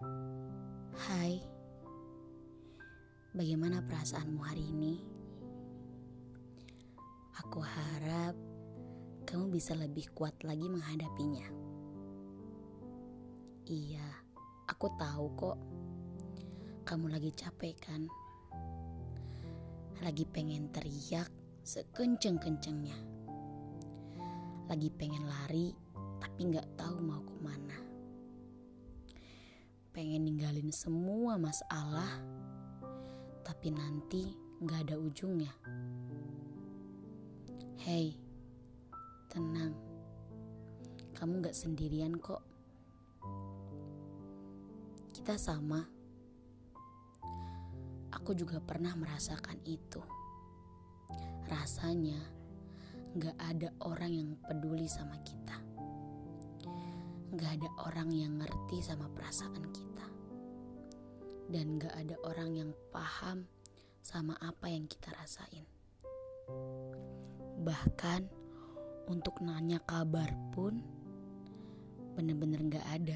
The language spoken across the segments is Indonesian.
Hai, bagaimana perasaanmu hari ini? Aku harap kamu bisa lebih kuat lagi menghadapinya. Iya, aku tahu kok. Kamu lagi capek kan? Lagi pengen teriak sekenceng-kencengnya. Lagi pengen lari, tapi gak tahu mau kemana. Pengen ninggalin semua masalah, tapi nanti gak ada ujungnya. Hei, tenang. Kamu gak sendirian kok. Kita sama. Aku juga pernah merasakan itu. Rasanya gak ada orang yang peduli sama kita. Gak ada orang yang ngerti sama perasaan kita. Dan gak ada orang yang paham sama apa yang kita rasain. Bahkan untuk nanya kabar pun bener-bener gak ada.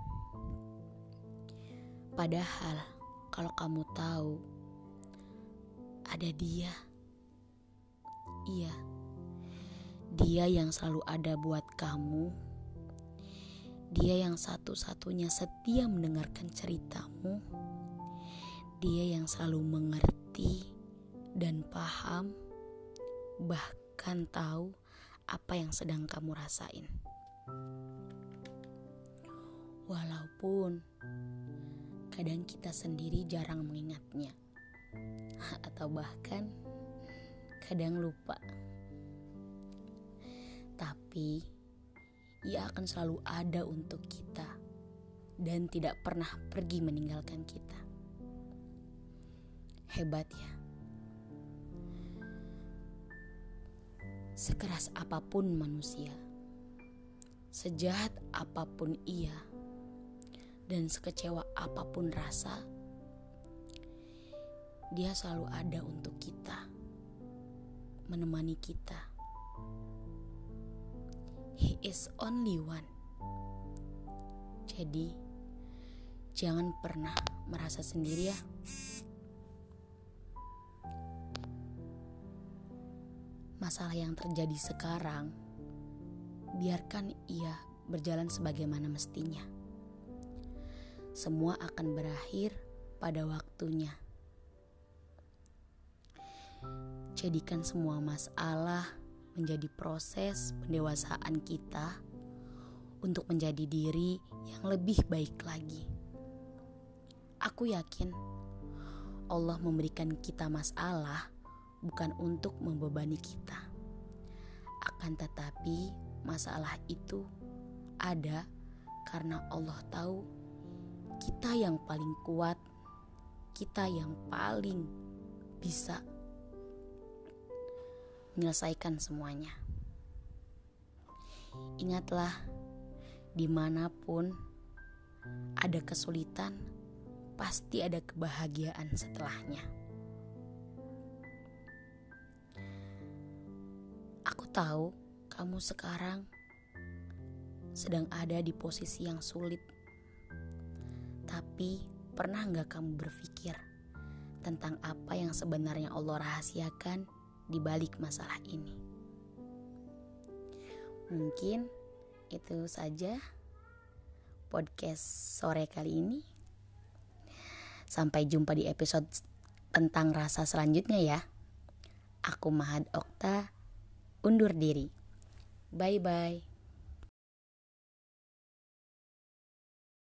Padahal kalau kamu tahu, ada dia. Iya, dia yang selalu ada buat kamu. Dia yang satu-satunya setia mendengarkan ceritamu. Dia yang selalu mengerti dan paham, bahkan tahu apa yang sedang kamu rasain. Walaupun kadang kita sendiri jarang mengingatnya, atau bahkan kadang lupa. Tapi ia akan selalu ada untuk kita dan tidak pernah pergi meninggalkan kita. Hebat ya. Sekeras apapun manusia, sejahat apapun ia, dan sekecewa apapun rasa, dia selalu ada untuk kita, menemani kita. He is only one. Jadi, jangan pernah merasa sendiri ya. Masalah yang terjadi sekarang, biarkan ia berjalan sebagaimana mestinya. Semua akan berakhir pada waktunya. Jadikan semua masalah menjadi proses pendewasaan kita untuk menjadi diri yang lebih baik lagi. Aku yakin Allah memberikan kita masalah bukan untuk membebani kita. Akan tetapi masalah itu ada karena Allah tahu kita yang paling kuat, kita yang paling bisa menyelesaikan semuanya. Ingatlah, dimanapun ada kesulitan, pasti ada kebahagiaan setelahnya. Aku tahu kamu sekarang sedang ada di posisi yang sulit. Tapi pernah gak kamu berpikir tentang apa yang sebenarnya Allah rahasiakan di balik masalah ini? Mungkin itu saja podcast sore kali ini. Sampai jumpa di episode tentang rasa selanjutnya ya. Aku Mahad Okta undur diri. Bye bye.